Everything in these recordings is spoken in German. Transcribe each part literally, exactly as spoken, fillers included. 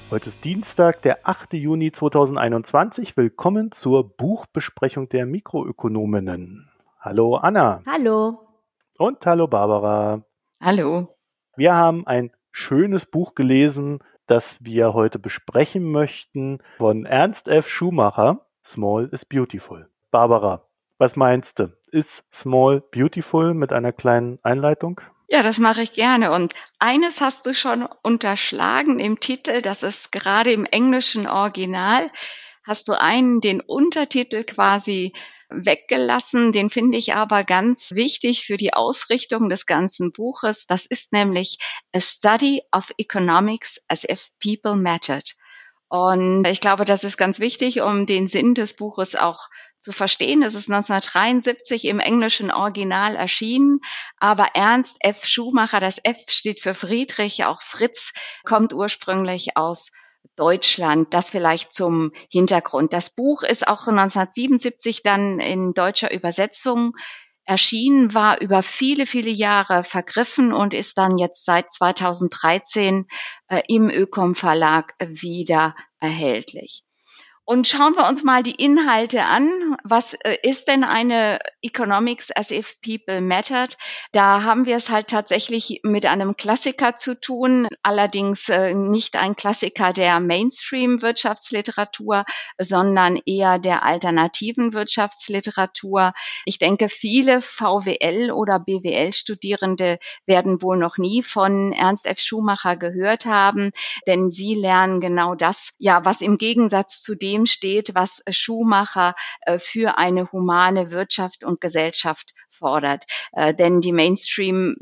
Heute ist Dienstag, der achte Juni zweitausendeinundzwanzig. Willkommen zur Buchbesprechung der Mikroökonominnen. Hallo Anna. Hallo. Und hallo Barbara. Hallo. Wir haben ein schönes Buch gelesen, das wir heute besprechen möchten, von Ernst F. Schumacher. Small is Beautiful. Barbara, was meinst du? Ist Small Beautiful mit einer kleinen Einleitung? Ja, das mache ich gerne. Und eines hast du schon unterschlagen im Titel, das ist gerade im englischen Original, hast du einen, den Untertitel quasi weggelassen. Den finde ich aber ganz wichtig für die Ausrichtung des ganzen Buches. Das ist nämlich A Study of Economics as if People Mattered. Und ich glaube, das ist ganz wichtig, um den Sinn des Buches auch zu verstehen. Es ist neunzehnhundertdreiundsiebzig im englischen Original erschienen, aber Ernst F. Schumacher, das F steht für Friedrich, auch Fritz, kommt ursprünglich aus Deutschland. Das vielleicht zum Hintergrund. Das Buch ist auch neunzehnhundertsiebenundsiebzig dann in deutscher Übersetzung erschienen, war über viele, viele Jahre vergriffen und ist dann jetzt seit zweitausenddreizehn äh, im Ökom Verlag wieder erhältlich. Und schauen wir uns mal die Inhalte an. Was äh, ist denn eine Economics as if People Mattered? Da haben wir es halt tatsächlich mit einem Klassiker zu tun, allerdings äh, nicht ein Klassiker der Mainstream-Wirtschaftsliteratur, sondern eher der alternativen Wirtschaftsliteratur. Ich denke, viele V W L- oder B W L-Studierende werden wohl noch nie von Ernst F. Schumacher gehört haben, denn sie lernen genau das, ja, was im Gegensatz zu dem steht, was Schumacher äh, für eine humane Wirtschaft und Gesellschaft fordert. Äh, denn die Mainstream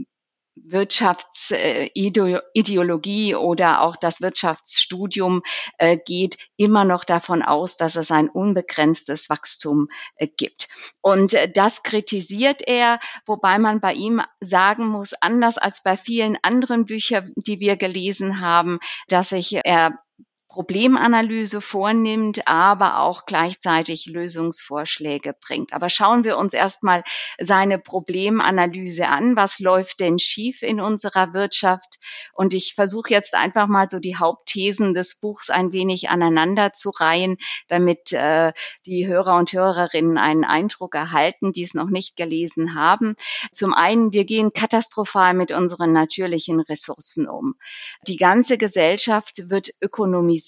Wirtschaftsideologie oder auch das Wirtschaftsstudium äh, geht immer noch davon aus, dass es ein unbegrenztes Wachstum äh, gibt. Und äh, das kritisiert er, wobei man bei ihm sagen muss, anders als bei vielen anderen Büchern, die wir gelesen haben, dass sich er Problemanalyse vornimmt, aber auch gleichzeitig Lösungsvorschläge bringt. Aber schauen wir uns erstmal seine Problemanalyse an. Was läuft denn schief in unserer Wirtschaft? Und ich versuche jetzt einfach mal so die Hauptthesen des Buchs ein wenig aneinander zu reihen, damit äh, die Hörer und Hörerinnen einen Eindruck erhalten, die es noch nicht gelesen haben. Zum einen, wir gehen katastrophal mit unseren natürlichen Ressourcen um. Die ganze Gesellschaft wird ökonomisiert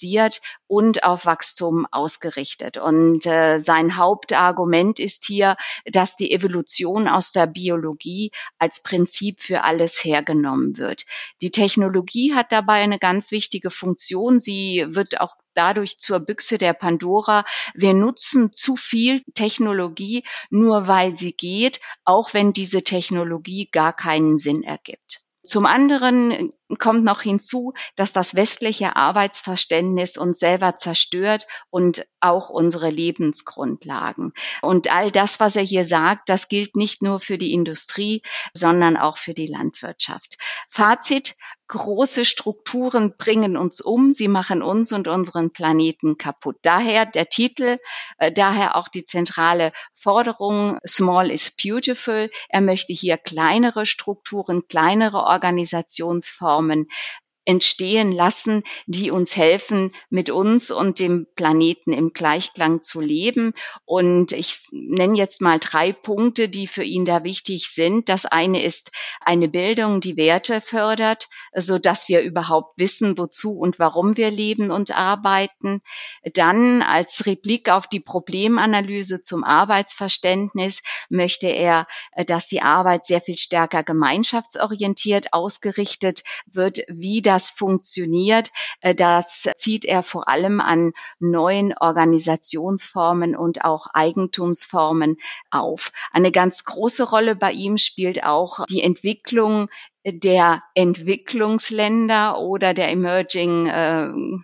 und auf Wachstum ausgerichtet. Und äh, sein Hauptargument ist hier, dass die Evolution aus der Biologie als Prinzip für alles hergenommen wird. Die Technologie hat dabei eine ganz wichtige Funktion. Sie wird auch dadurch zur Büchse der Pandora. Wir nutzen zu viel Technologie, nur weil sie geht, auch wenn diese Technologie gar keinen Sinn ergibt. Zum anderen kommt noch hinzu, dass das westliche Arbeitsverständnis uns selber zerstört und auch unsere Lebensgrundlagen. Und all das, was er hier sagt, das gilt nicht nur für die Industrie, sondern auch für die Landwirtschaft. Fazit: Große Strukturen bringen uns um, sie machen uns und unseren Planeten kaputt. Daher der Titel, äh, daher auch die zentrale Forderung, Small is Beautiful. Er möchte hier kleinere Strukturen, kleinere Organisationsformen entstehen lassen, die uns helfen, mit uns und dem Planeten im Gleichklang zu leben. Und ich nenne jetzt mal drei Punkte, die für ihn da wichtig sind. Das eine ist eine Bildung, die Werte fördert, so dass wir überhaupt wissen, wozu und warum wir leben und arbeiten. Dann als Replik auf die Problemanalyse zum Arbeitsverständnis möchte er, dass die Arbeit sehr viel stärker gemeinschaftsorientiert ausgerichtet wird, wie das funktioniert. Das zieht er vor allem an neuen Organisationsformen und auch Eigentumsformen auf. Eine ganz große Rolle bei ihm spielt auch die Entwicklung der Entwicklungsländer oder der Emerging äh,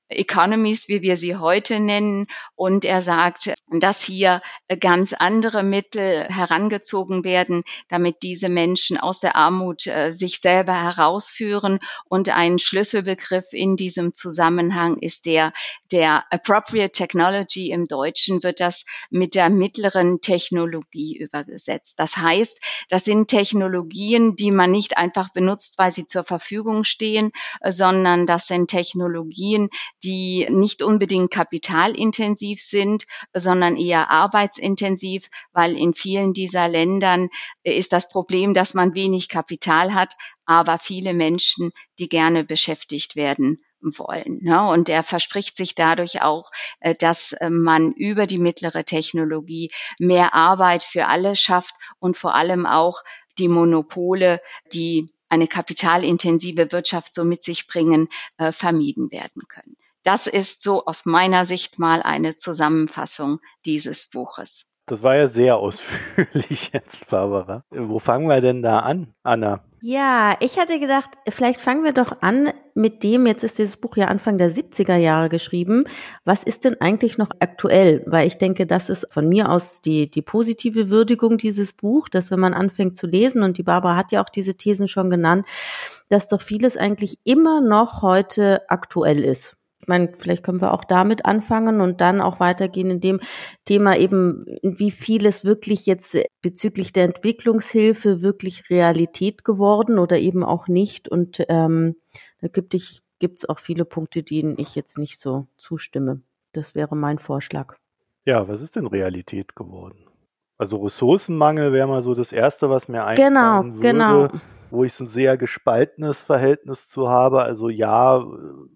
Economies, wie wir sie heute nennen. Und er sagt, dass hier ganz andere Mittel herangezogen werden, damit diese Menschen aus der Armut äh, sich selber herausführen. Und ein Schlüsselbegriff in diesem Zusammenhang ist der der Appropriate Technology. Im Deutschen wird das mit der mittleren Technologie übersetzt. Das heißt, das sind Technologien, die man nicht einfach benutzt, weil sie zur Verfügung stehen, sondern das sind Technologien, die nicht unbedingt kapitalintensiv sind, sondern eher arbeitsintensiv, weil in vielen dieser Ländern ist das Problem, dass man wenig Kapital hat, aber viele Menschen, die gerne beschäftigt werden wollen. Und er verspricht sich dadurch auch, dass man über die mittlere Technologie mehr Arbeit für alle schafft und vor allem auch die Monopole, die eine kapitalintensive Wirtschaft so mit sich bringen, vermieden werden können. Das ist so aus meiner Sicht mal eine Zusammenfassung dieses Buches. Das war ja sehr ausführlich jetzt, Barbara. Wo fangen wir denn da an, Anna? Ja, ich hatte gedacht, vielleicht fangen wir doch an mit dem, jetzt ist dieses Buch ja Anfang der siebziger Jahre geschrieben. Was ist denn eigentlich noch aktuell? Weil ich denke, das ist von mir aus die, die positive Würdigung dieses Buch, dass wenn man anfängt zu lesen, und die Barbara hat ja auch diese Thesen schon genannt, dass doch vieles eigentlich immer noch heute aktuell ist. Ich meine, vielleicht können wir auch damit anfangen und dann auch weitergehen in dem Thema eben, wie viel es wirklich jetzt bezüglich der Entwicklungshilfe wirklich Realität geworden oder eben auch nicht. Und ähm, da gibt es gibt's auch viele Punkte, denen ich jetzt nicht so zustimme. Das wäre mein Vorschlag. Ja, was ist denn Realität geworden? Also Ressourcenmangel wäre mal so das Erste, was mir einfallen Genau, würde, genau. wo ich ein sehr gespaltenes Verhältnis zu habe. Also ja,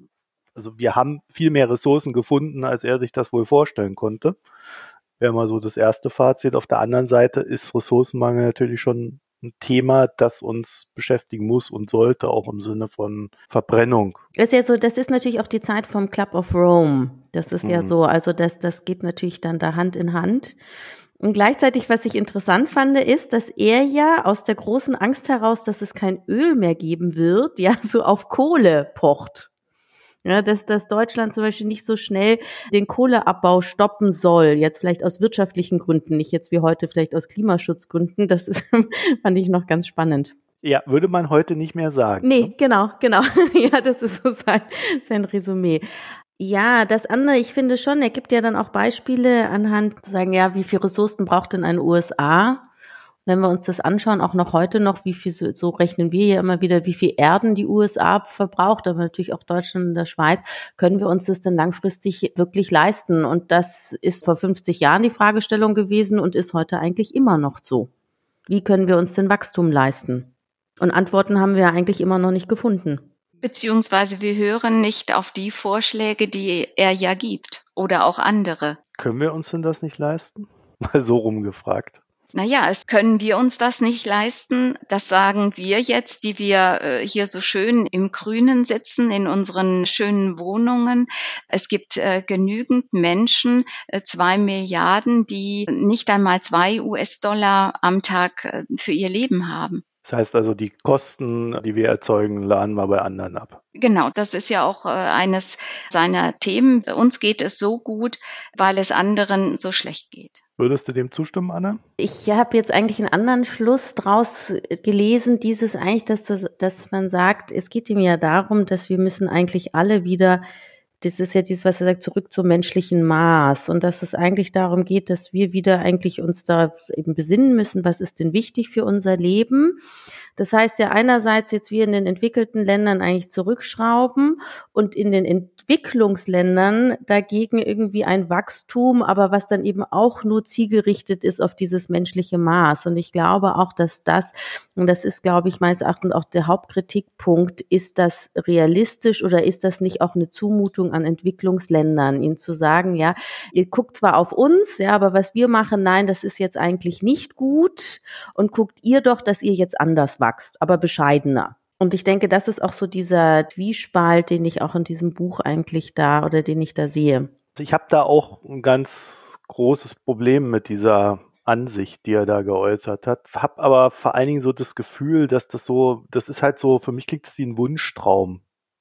also wir haben viel mehr Ressourcen gefunden, als er sich das wohl vorstellen konnte. Wäre mal so das erste Fazit. Auf der anderen Seite ist Ressourcenmangel natürlich schon ein Thema, das uns beschäftigen muss und sollte, auch im Sinne von Verbrennung. Das ist ja so, das ist natürlich auch die Zeit vom Club of Rome. Das ist mhm. ja so, also das, das geht natürlich dann da Hand in Hand. Und gleichzeitig, was ich interessant fand, ist, dass er ja aus der großen Angst heraus, dass es kein Öl mehr geben wird, ja so auf Kohle pocht. Ja, dass, dass Deutschland zum Beispiel nicht so schnell den Kohleabbau stoppen soll, jetzt vielleicht aus wirtschaftlichen Gründen, nicht jetzt wie heute vielleicht aus Klimaschutzgründen. Das ist, fand ich noch ganz spannend. Ja, würde man heute nicht mehr sagen. Nee, ne? genau, genau. Ja, das ist so sein, sein Resümee. Ja, das andere, ich finde schon, er gibt ja dann auch Beispiele anhand, zu sagen, ja, wie viel Ressourcen braucht denn ein U S A? Wenn wir uns das anschauen, auch noch heute noch, wie viel, so rechnen wir ja immer wieder, wie viel Erden die U S A verbraucht, aber natürlich auch Deutschland und der Schweiz, können wir uns das denn langfristig wirklich leisten? Und das ist vor fünfzig Jahren die Fragestellung gewesen und ist heute eigentlich immer noch so. Wie können wir uns denn Wachstum leisten? Und Antworten haben wir eigentlich immer noch nicht gefunden. Beziehungsweise wir hören nicht auf die Vorschläge, die er ja gibt oder auch andere. Können wir uns denn das nicht leisten? Mal so rumgefragt. Naja, es können wir uns das nicht leisten. Das sagen wir jetzt, die wir äh, hier so schön im Grünen sitzen, in unseren schönen Wohnungen. Es gibt äh, genügend Menschen, äh, zwei Milliarden, die nicht einmal zwei U S-Dollar am Tag äh, für ihr Leben haben. Das heißt also, die Kosten, die wir erzeugen, laden wir bei anderen ab. Genau, das ist ja auch äh, eines seiner Themen. Uns geht es so gut, weil es anderen so schlecht geht. Würdest du dem zustimmen, Anna? Ich habe jetzt eigentlich einen anderen Schluss draus gelesen, dieses eigentlich, dass, das, dass man sagt, es geht ihm ja darum, dass wir müssen eigentlich alle wieder, das ist ja dieses, was er sagt, zurück zum menschlichen Maß und dass es eigentlich darum geht, dass wir wieder eigentlich uns da eben besinnen müssen, was ist denn wichtig für unser Leben. Das heißt ja einerseits jetzt wir in den entwickelten Ländern eigentlich zurückschrauben und in den Entwicklungsländern dagegen irgendwie ein Wachstum, aber was dann eben auch nur zielgerichtet ist auf dieses menschliche Maß. Und ich glaube auch, dass das, und das ist, glaube ich, meines Erachtens auch der Hauptkritikpunkt, ist das realistisch oder ist das nicht auch eine Zumutung an Entwicklungsländern, ihnen zu sagen, ja, ihr guckt zwar auf uns, ja, aber was wir machen, nein, das ist jetzt eigentlich nicht gut und guckt ihr doch, dass ihr jetzt anders wächst, aber bescheidener. Und ich denke, das ist auch so dieser Zwiespalt, den ich auch in diesem Buch eigentlich da oder den ich da sehe. Ich habe da auch ein ganz großes Problem mit dieser Ansicht, die er da geäußert hat. Hab aber vor allen Dingen so das Gefühl, dass das so, das ist halt so, für mich klingt das wie ein Wunschtraum.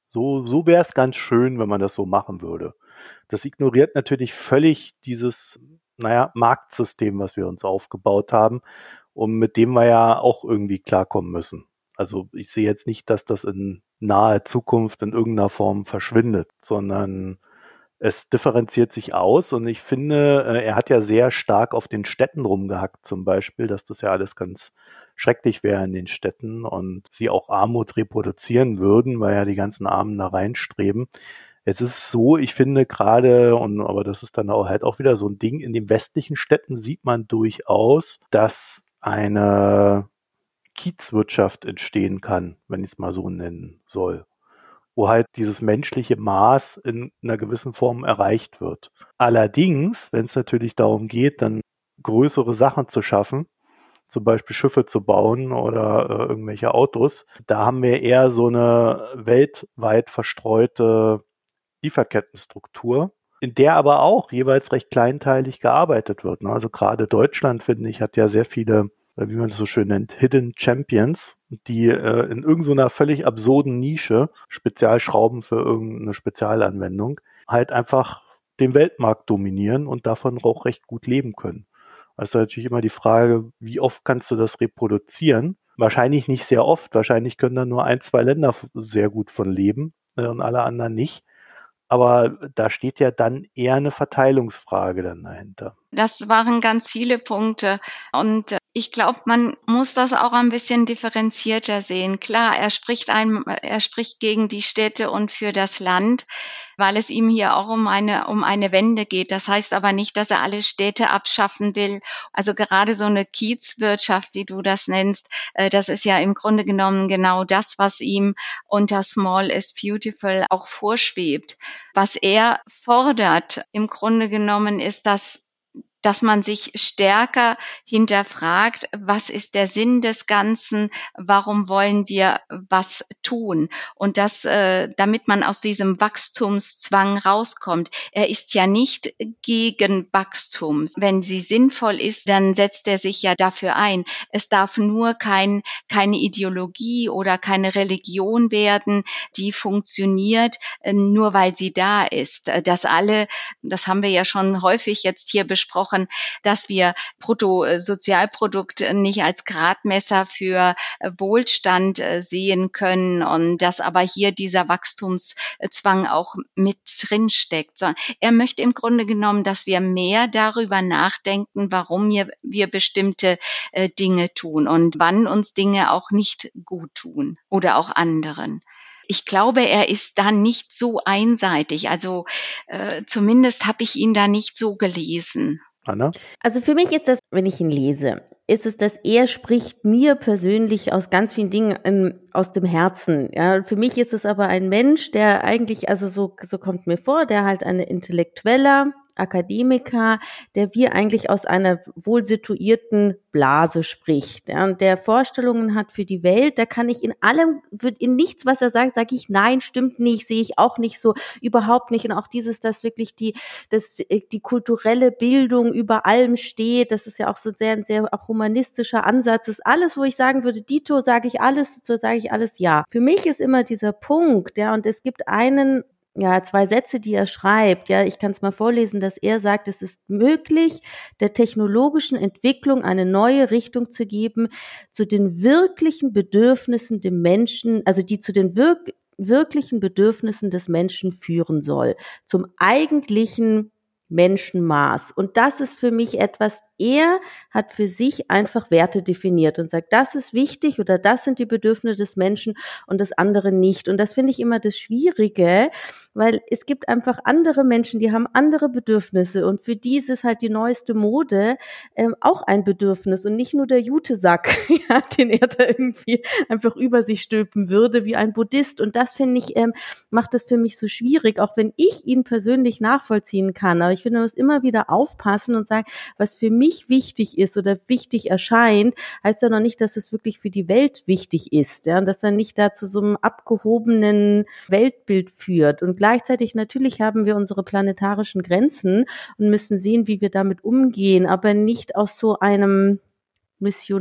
So, so wäre es ganz schön, wenn man das so machen würde. Das ignoriert natürlich völlig dieses, naja, Marktsystem, was wir uns aufgebaut haben und mit dem wir ja auch irgendwie klarkommen müssen. Also ich sehe jetzt nicht, dass das in naher Zukunft in irgendeiner Form verschwindet, sondern es differenziert sich aus und ich finde, äh, er hat ja sehr stark auf den Städten rumgehackt zum Beispiel, dass das ja alles ganz schrecklich wäre in den Städten und sie auch Armut reproduzieren würden, weil ja die ganzen Armen da reinstreben. Es ist so, ich finde gerade, und aber das ist dann auch halt auch wieder so ein Ding, in den westlichen Städten sieht man durchaus, dass eine Kiezwirtschaft entstehen kann, wenn ich es mal so nennen soll, wo halt dieses menschliche Maß in einer gewissen Form erreicht wird. Allerdings, wenn es natürlich darum geht, dann größere Sachen zu schaffen, zum Beispiel Schiffe zu bauen oder äh, irgendwelche Autos, da haben wir eher so eine weltweit verstreute Lieferkettenstruktur, in der aber auch jeweils recht kleinteilig gearbeitet wird. Ne? Also gerade Deutschland, finde ich, hat ja sehr viele, wie man es so schön nennt, Hidden Champions, die äh, in irgendeiner völlig absurden Nische, Spezialschrauben für irgendeine Spezialanwendung, halt einfach den Weltmarkt dominieren und davon auch recht gut leben können. Also natürlich immer die Frage, wie oft kannst du das reproduzieren? Wahrscheinlich nicht sehr oft. Wahrscheinlich können da nur ein, zwei Länder sehr gut von leben äh, und alle anderen nicht. Aber da steht ja dann eher eine Verteilungsfrage dann dahinter. Das waren ganz viele Punkte und ich glaube, man muss das auch ein bisschen differenzierter sehen. Klar, er spricht einem, er spricht gegen die Städte und für das Land, weil es ihm hier auch um eine, um eine Wende geht. Das heißt aber nicht, dass er alle Städte abschaffen will. Also gerade so eine Kiezwirtschaft, wie du das nennst, das ist ja im Grunde genommen genau das, was ihm unter Small is Beautiful auch vorschwebt. Was er fordert, im Grunde genommen, ist, dass dass man sich stärker hinterfragt, was ist der Sinn des Ganzen, warum wollen wir was tun? Und das, äh, damit man aus diesem Wachstumszwang rauskommt. Er ist ja nicht gegen Wachstum. Wenn sie sinnvoll ist, dann setzt er sich ja dafür ein. Es darf nur kein, keine Ideologie oder keine Religion werden, die funktioniert, äh, nur weil sie da ist. Dass alle, das haben wir ja schon häufig jetzt hier besprochen, dass wir Bruttosozialprodukt nicht als Gradmesser für Wohlstand sehen können und dass aber hier dieser Wachstumszwang auch mit drin steckt. Er möchte im Grunde genommen, dass wir mehr darüber nachdenken, warum wir, wir bestimmte Dinge tun und wann uns Dinge auch nicht gut tun oder auch anderen. Ich glaube, er ist da nicht so einseitig. Also äh, zumindest habe ich ihn da nicht so gelesen. Anna? Also für mich ist das, wenn ich ihn lese, ist es, dass er spricht mir persönlich aus ganz vielen Dingen ähm, aus dem Herzen. Ja, für mich ist es aber ein Mensch, der eigentlich, also so, so kommt mir vor, der halt eine intellektueller Akademiker, der wie eigentlich aus einer wohl situierten Blase spricht, ja, und der Vorstellungen hat für die Welt, da kann ich in allem, in nichts, was er sagt, sage ich, nein, stimmt nicht, sehe ich auch nicht so, überhaupt nicht. Und auch dieses, dass wirklich die, dass die kulturelle Bildung über allem steht, das ist ja auch so sehr, ein sehr auch humanistischer Ansatz, das ist alles, wo ich sagen würde, Dito, sage ich alles, so sage ich alles ja. Für mich ist immer dieser Punkt, ja, und es gibt einen, ja, zwei Sätze, die er schreibt, ja, ich kann es mal vorlesen, dass er sagt, es ist möglich, der technologischen Entwicklung eine neue Richtung zu geben, zu den wirklichen Bedürfnissen des Menschen, also die zu den wirk- wirklichen Bedürfnissen des Menschen führen soll, zum eigentlichen Menschenmaß. Und das ist für mich etwas, er hat für sich einfach Werte definiert und sagt, das ist wichtig oder das sind die Bedürfnisse des Menschen und das andere nicht. Und das finde ich immer das Schwierige, weil es gibt einfach andere Menschen, die haben andere Bedürfnisse und für die ist es halt die neueste Mode ähm, auch ein Bedürfnis und nicht nur der Jutesack, ja, den er da irgendwie einfach über sich stülpen würde wie ein Buddhist. Und das finde ich, ähm, macht es für mich so schwierig, auch wenn ich ihn persönlich nachvollziehen kann. Aber ich finde, man muss immer wieder aufpassen und sagen, was für mich wichtig ist oder wichtig erscheint, heißt ja noch nicht, dass es wirklich für die Welt wichtig ist, ja, und dass er nicht da zu so einem abgehobenen Weltbild führt. Und gleichzeitig natürlich haben wir unsere planetarischen Grenzen und müssen sehen, wie wir damit umgehen, aber nicht aus so einem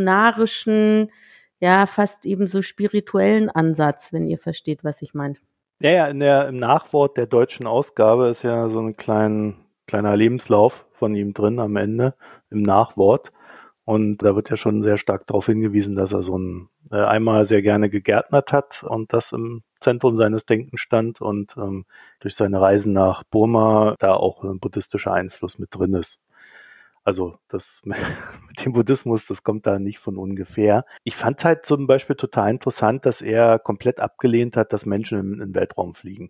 missionarischen, ja, fast eben so spirituellen Ansatz, wenn ihr versteht, was ich meine. Ja, ja, in der, im Nachwort der deutschen Ausgabe ist ja so ein klein, kleiner Lebenslauf von ihm drin am Ende, im Nachwort. Und da wird ja schon sehr stark darauf hingewiesen, dass er so ein äh, einmal sehr gerne gegärtnert hat und das im Zentrum seines Denkens stand und ähm, durch seine Reisen nach Burma da auch ein buddhistischer Einfluss mit drin ist. Also das mit dem Buddhismus, das kommt da nicht von ungefähr. Ich fand halt zum Beispiel total interessant, dass er komplett abgelehnt hat, dass Menschen in den Weltraum fliegen.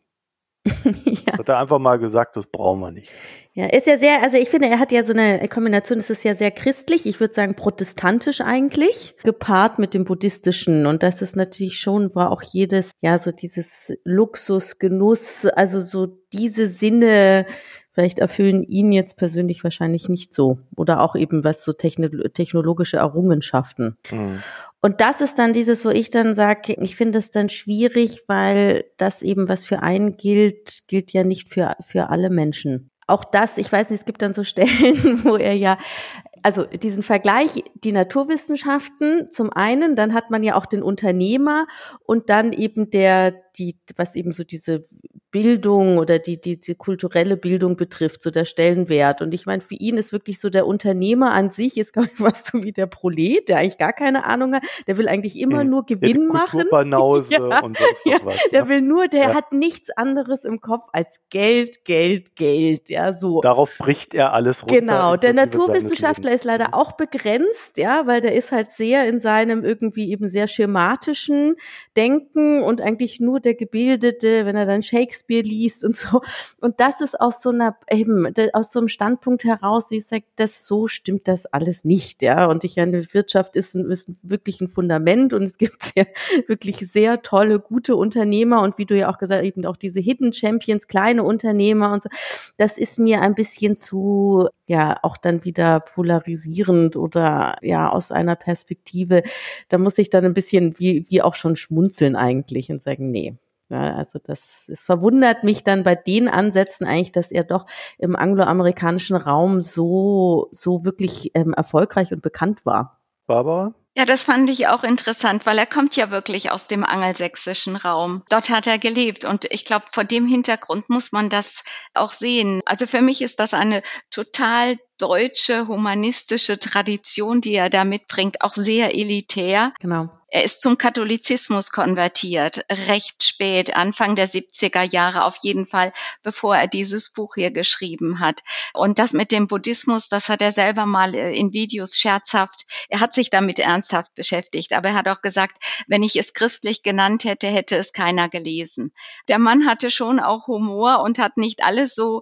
Ja. Hat er einfach mal gesagt, das brauchen wir nicht. Ja, ist ja sehr, also ich finde, er hat ja so eine Kombination, es ist ja sehr christlich, ich würde sagen protestantisch eigentlich, gepaart mit dem buddhistischen. Und das ist natürlich schon, war auch jedes, ja, so dieses Luxus, Genuss, also so diese Sinne, vielleicht erfüllen ihn jetzt persönlich wahrscheinlich nicht so. Oder auch eben was so techno- technologische Errungenschaften. Mhm. Und das ist dann dieses, wo ich dann sage, ich finde es dann schwierig, weil das eben, was für einen gilt, gilt ja nicht für, für alle Menschen. Auch das, ich weiß nicht, es gibt dann so Stellen, wo er ja, also diesen Vergleich, die Naturwissenschaften zum einen, dann hat man ja auch den Unternehmer und dann eben der, die, was eben so diese Bildung oder die, die, die kulturelle Bildung betrifft, so der Stellenwert. Und ich meine, für ihn ist wirklich so der Unternehmer an sich, ist glaube ich was so wie der Prolet, der eigentlich gar keine Ahnung hat, der will eigentlich immer Mhm. nur Gewinn ja, machen. Kulturbanause Ja, und sonst noch ja, was. der Ja. will nur, der Ja. hat nichts anderes im Kopf als Geld, Geld, Geld, ja, so. Darauf bricht er alles runter. Genau, der inklusive Naturwissenschaftler seines ist leider auch begrenzt, ja, weil der ist halt sehr in seinem irgendwie eben sehr schematischen Denken und eigentlich nur der Gebildete, wenn er dann Shakespeare liest und so. Und das ist aus so einer, eben, aus so einem Standpunkt heraus, ich sage, das so stimmt das alles nicht, ja. Und ich meine, Wirtschaft ist, ein, ist wirklich ein Fundament und es gibt sehr, wirklich sehr tolle, gute Unternehmer und wie du ja auch gesagt hast, eben auch diese Hidden Champions, kleine Unternehmer und so. Das ist mir ein bisschen zu, ja, auch dann wieder polarisierend oder ja, aus einer Perspektive, da muss ich dann ein bisschen wie, wie auch schon schmunzeln eigentlich und sagen, nee. Ja, also das, es verwundert mich dann bei den Ansätzen eigentlich, dass er doch im angloamerikanischen Raum so, so wirklich ähm, erfolgreich und bekannt war. Barbara? Ja, das fand ich auch interessant, weil er kommt ja wirklich aus dem angelsächsischen Raum. Dort hat er gelebt und ich glaube, vor dem Hintergrund muss man das auch sehen. Also für mich ist das eine total deutsche humanistische Tradition, die er da mitbringt, auch sehr elitär. Genau. Er ist zum Katholizismus konvertiert, recht spät, Anfang der siebziger Jahre auf jeden Fall, bevor er dieses Buch hier geschrieben hat. Und das mit dem Buddhismus, das hat er selber mal in Videos scherzhaft, er hat sich damit ernsthaft beschäftigt, aber er hat auch gesagt, wenn ich es christlich genannt hätte, hätte es keiner gelesen. Der Mann hatte schon auch Humor und hat nicht alles so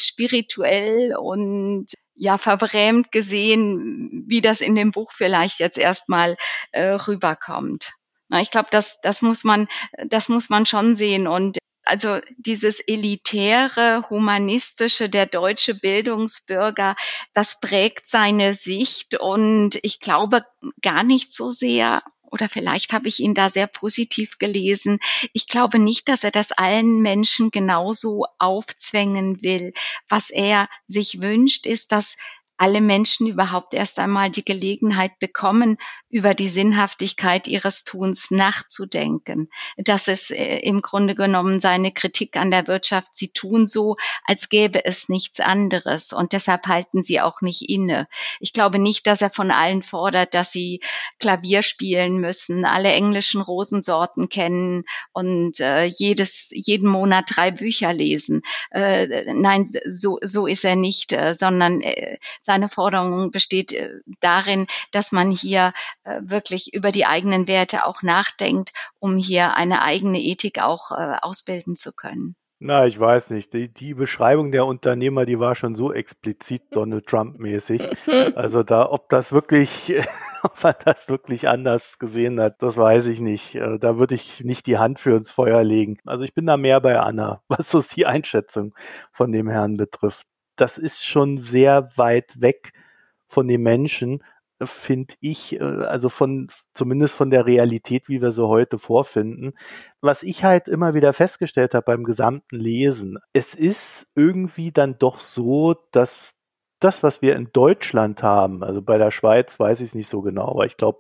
spirituell und ja, verbrämt gesehen, wie das in dem Buch vielleicht jetzt erstmal äh, rüberkommt. Na, ich glaube, das, das muss man, das muss man schon sehen. Und also dieses elitäre, humanistische, der deutsche Bildungsbürger, das prägt seine Sicht und ich glaube gar nicht so sehr, oder vielleicht habe ich ihn da sehr positiv gelesen. Ich glaube nicht, dass er das allen Menschen genauso aufzwängen will. Was er sich wünscht, ist, dass alle Menschen überhaupt erst einmal die Gelegenheit bekommen, über die Sinnhaftigkeit ihres Tuns nachzudenken. Das ist äh, im Grunde genommen seine Kritik an der Wirtschaft. Sie tun so, als gäbe es nichts anderes und deshalb halten sie auch nicht inne. Ich glaube nicht, dass er von allen fordert, dass sie Klavier spielen müssen, alle englischen Rosensorten kennen und äh, jedes, jeden Monat drei Bücher lesen. Äh, nein, so, so ist er nicht, äh, sondern äh, seine Forderung besteht äh, darin, dass man hier äh, wirklich über die eigenen Werte auch nachdenkt, um hier eine eigene Ethik auch äh, ausbilden zu können. Na, ich weiß nicht. Die, die Beschreibung der Unternehmer, die war schon so explizit Donald Trump-mäßig. Also da, ob das wirklich, ob er das wirklich anders gesehen hat, das weiß ich nicht. Äh, Da würde ich nicht die Hand für ins Feuer legen. Also ich bin da mehr bei Anna, was so die Einschätzung von dem Herrn betrifft. Das ist schon sehr weit weg von den Menschen, finde ich, äh, also von, zumindest von der Realität, wie wir sie heute vorfinden. Was ich halt immer wieder festgestellt habe beim gesamten Lesen, es ist irgendwie dann doch so, dass das, was wir in Deutschland haben, also bei der Schweiz weiß ich es nicht so genau, aber ich glaube,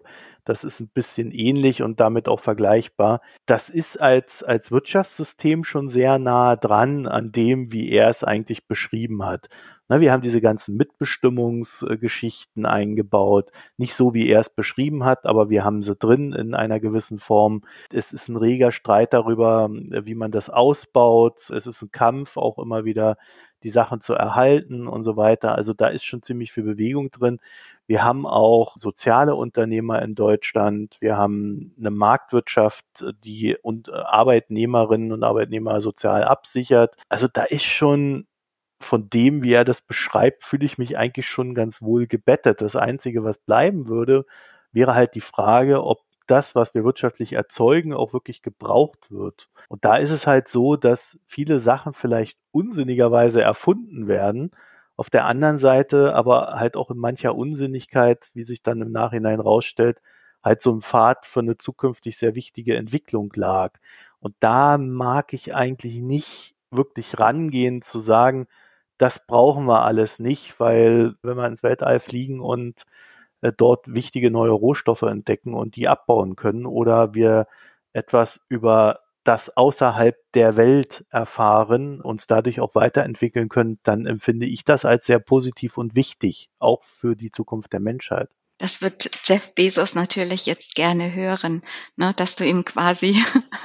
Das ist ein bisschen ähnlich und damit auch vergleichbar. Das ist als, als Wirtschaftssystem schon sehr nah dran an dem, wie er es eigentlich beschrieben hat. Na, wir haben diese ganzen Mitbestimmungsgeschichten eingebaut. Nicht so, wie er es beschrieben hat, aber wir haben sie drin in einer gewissen Form. Es ist ein reger Streit darüber, wie man das ausbaut. Es ist ein Kampf, auch immer wieder die Sachen zu erhalten und so weiter. Also da ist schon ziemlich viel Bewegung drin. Wir haben auch soziale Unternehmer in Deutschland. Wir haben eine Marktwirtschaft, die und Arbeitnehmerinnen und Arbeitnehmer sozial absichert. Also da ist schon von dem, wie er das beschreibt, fühle ich mich eigentlich schon ganz wohl gebettet. Das Einzige, was bleiben würde, wäre halt die Frage, ob das, was wir wirtschaftlich erzeugen, auch wirklich gebraucht wird. Und da ist es halt so, dass viele Sachen vielleicht unsinnigerweise erfunden werden, auf der anderen Seite aber halt auch in mancher Unsinnigkeit, wie sich dann im Nachhinein rausstellt, halt so ein Pfad für eine zukünftig sehr wichtige Entwicklung lag. Und da mag ich eigentlich nicht wirklich rangehen zu sagen, das brauchen wir alles nicht, weil wenn wir ins Weltall fliegen und äh, dort wichtige neue Rohstoffe entdecken und die abbauen können oder wir etwas über das außerhalb der Welt erfahren, uns dadurch auch weiterentwickeln können, dann empfinde ich das als sehr positiv und wichtig, auch für die Zukunft der Menschheit. Das wird Jeff Bezos natürlich jetzt gerne hören, ne, dass du ihm quasi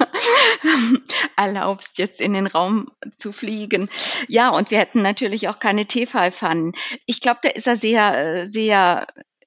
erlaubst, jetzt in den Raum zu fliegen. Ja, und wir hätten natürlich auch keine Tefal-Pfannen. Ich glaube, da ist er sehr, sehr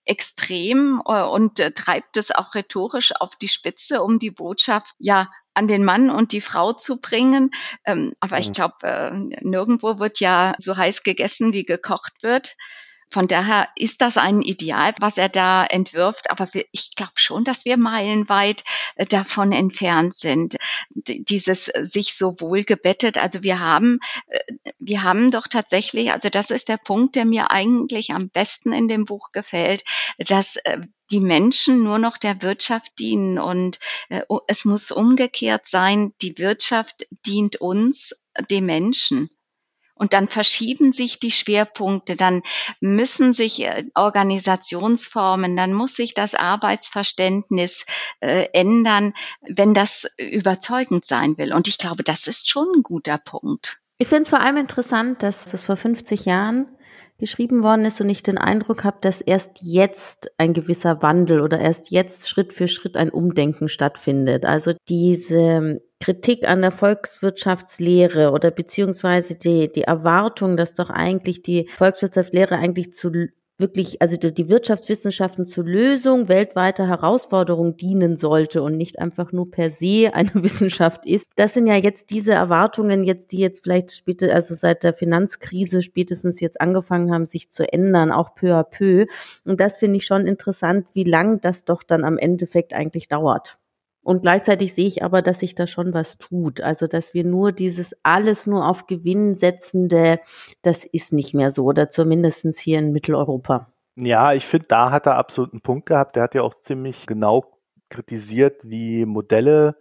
extrem äh, und äh, treibt es auch rhetorisch auf die Spitze, um die Botschaft, ja, an den Mann und die Frau zu bringen. Ähm, aber ich glaube, äh, nirgendwo wird ja so heiß gegessen, wie gekocht wird. Von daher ist das ein Ideal, was er da entwirft, aber wir, ich glaube schon, dass wir meilenweit äh, davon entfernt sind. D- dieses äh, sich so wohl gebettet, also wir haben, äh, wir haben doch tatsächlich, also das ist der Punkt, der mir eigentlich am besten in dem Buch gefällt, dass äh, die Menschen nur noch der Wirtschaft dienen und äh, es muss umgekehrt sein, die Wirtschaft dient uns, dem Menschen. Und dann verschieben sich die Schwerpunkte, dann müssen sich äh, Organisationsformen, dann muss sich das Arbeitsverständnis äh, ändern, wenn das überzeugend sein will. Und ich glaube, das ist schon ein guter Punkt. Ich finde es vor allem interessant, dass das vor fünfzig Jahren geschrieben worden ist und ich den Eindruck habe, dass erst jetzt ein gewisser Wandel oder erst jetzt Schritt für Schritt ein Umdenken stattfindet. Also diese Kritik an der Volkswirtschaftslehre oder beziehungsweise die, die Erwartung, dass doch eigentlich die Volkswirtschaftslehre eigentlich zu wirklich, also die Wirtschaftswissenschaften zur Lösung weltweiter Herausforderungen dienen sollte und nicht einfach nur per se eine Wissenschaft ist. Das sind ja jetzt diese Erwartungen jetzt, die jetzt vielleicht später, also seit der Finanzkrise spätestens jetzt angefangen haben, sich zu ändern, auch peu à peu. Und das finde ich schon interessant, wie lang das doch dann am Endeffekt eigentlich dauert. Und gleichzeitig sehe ich aber, dass sich da schon was tut. Also, dass wir nur dieses alles nur auf Gewinn setzende, das ist nicht mehr so. Oder zumindest hier in Mitteleuropa. Ja, ich finde, da hat er absolut einen Punkt gehabt. Der hat ja auch ziemlich genau kritisiert, wie Modelle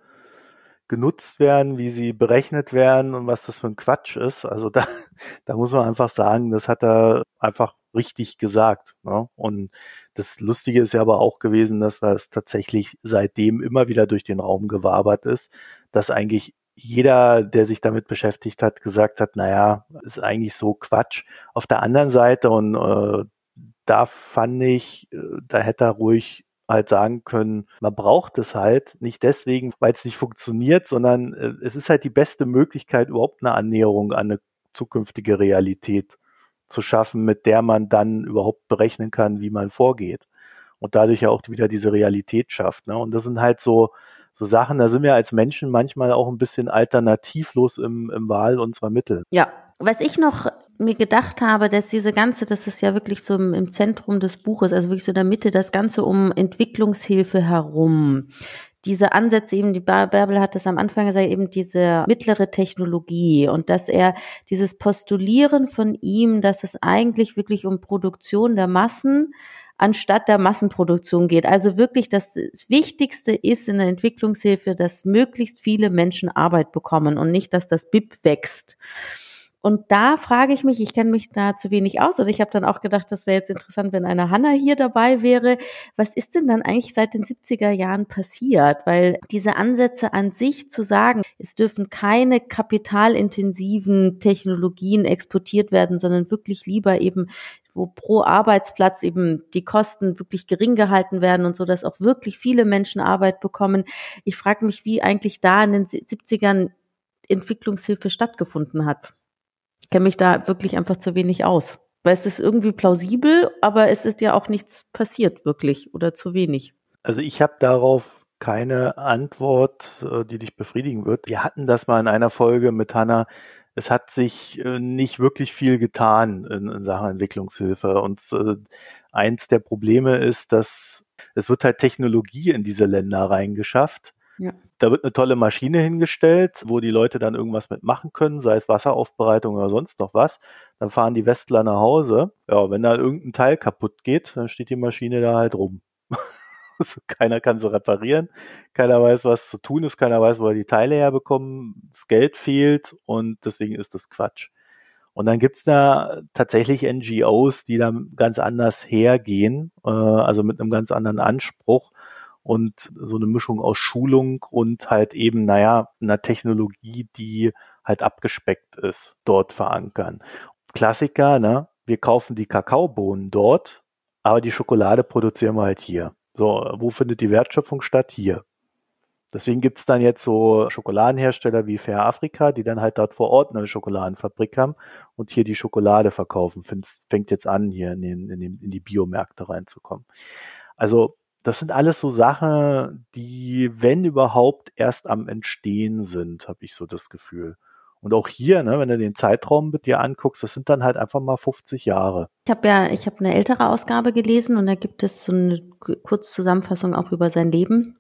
genutzt werden, wie sie berechnet werden und was das für ein Quatsch ist. Also da, da muss man einfach sagen, das hat er einfach richtig gesagt. Ne? Und das Lustige ist ja aber auch gewesen, dass es tatsächlich seitdem immer wieder durch den Raum gewabert ist, dass eigentlich jeder, der sich damit beschäftigt hat, gesagt hat, naja, ist eigentlich so Quatsch. Auf der anderen Seite, und äh, da fand ich, äh, da hätte er ruhig halt sagen können, man braucht es halt nicht deswegen, weil es nicht funktioniert, sondern äh, es ist halt die beste Möglichkeit, überhaupt eine Annäherung an eine zukünftige Realität zu schaffen, mit der man dann überhaupt berechnen kann, wie man vorgeht und dadurch ja auch wieder diese Realität schafft. Ne? Und das sind halt so so Sachen, da sind wir als Menschen manchmal auch ein bisschen alternativlos im, im Wahl unserer Mittel. Ja, was ich noch mir gedacht habe, dass diese ganze, das ist ja wirklich so im, im Zentrum des Buches, also wirklich so in der Mitte, das Ganze um Entwicklungshilfe herum. Diese Ansätze eben, die Bärbel hat es am Anfang gesagt, eben diese mittlere Technologie und dass er dieses Postulieren von ihm, dass es eigentlich wirklich um Produktion der Massen anstatt der Massenproduktion geht. Also wirklich das Wichtigste ist in der Entwicklungshilfe, dass möglichst viele Menschen Arbeit bekommen und nicht, dass das B I P wächst. Und da frage ich mich, ich kenne mich da zu wenig aus, oder ich habe dann auch gedacht, das wäre jetzt interessant, wenn eine Hanna hier dabei wäre. Was ist denn dann eigentlich seit den siebziger Jahren passiert? Weil diese Ansätze an sich zu sagen, es dürfen keine kapitalintensiven Technologien exportiert werden, sondern wirklich lieber eben, wo pro Arbeitsplatz eben die Kosten wirklich gering gehalten werden und so, dass auch wirklich viele Menschen Arbeit bekommen. Ich frage mich, wie eigentlich da in den siebzigern Entwicklungshilfe stattgefunden hat. Ich kenne mich da wirklich einfach zu wenig aus. Weil es ist irgendwie plausibel, aber es ist ja auch nichts passiert wirklich oder zu wenig. Also ich habe darauf keine Antwort, die dich befriedigen wird. Wir hatten das mal in einer Folge mit Hanna. Es hat sich nicht wirklich viel getan in, in Sachen Entwicklungshilfe. Und äh, eins der Probleme ist, dass es wird halt Technologie in diese Länder reingeschafft. Ja. Da wird eine tolle Maschine hingestellt, wo die Leute dann irgendwas mitmachen können, sei es Wasseraufbereitung oder sonst noch was. Dann fahren die Westler nach Hause. Ja, wenn da irgendein Teil kaputt geht, dann steht die Maschine da halt rum. Also keiner kann sie reparieren, keiner weiß, was zu tun ist, keiner weiß, wo er die Teile herbekommen, das Geld fehlt und deswegen ist das Quatsch. Und dann gibt's da tatsächlich N G Os, die da ganz anders hergehen, äh, also mit einem ganz anderen Anspruch und so eine Mischung aus Schulung und halt eben, naja, einer Technologie, die halt abgespeckt ist, dort verankern. Klassiker, ne? Wir kaufen die Kakaobohnen dort, aber die Schokolade produzieren wir halt hier. So, wo findet die Wertschöpfung statt? Hier. Deswegen gibt's dann jetzt so Schokoladenhersteller wie Fair Afrika, die dann halt dort vor Ort eine Schokoladenfabrik haben und hier die Schokolade verkaufen. Find's, fängt jetzt an, hier in, den, in, den, in die Biomärkte reinzukommen. Also das sind alles so Sachen, die, wenn überhaupt, erst am Entstehen sind, habe ich so das Gefühl. Und auch hier, ne, wenn du den Zeitraum mit dir anguckst, das sind dann halt einfach mal fünfzig Jahre. Ich habe ja, ich habe eine ältere Ausgabe gelesen und da gibt es so eine Kurzzusammenfassung auch über sein Leben.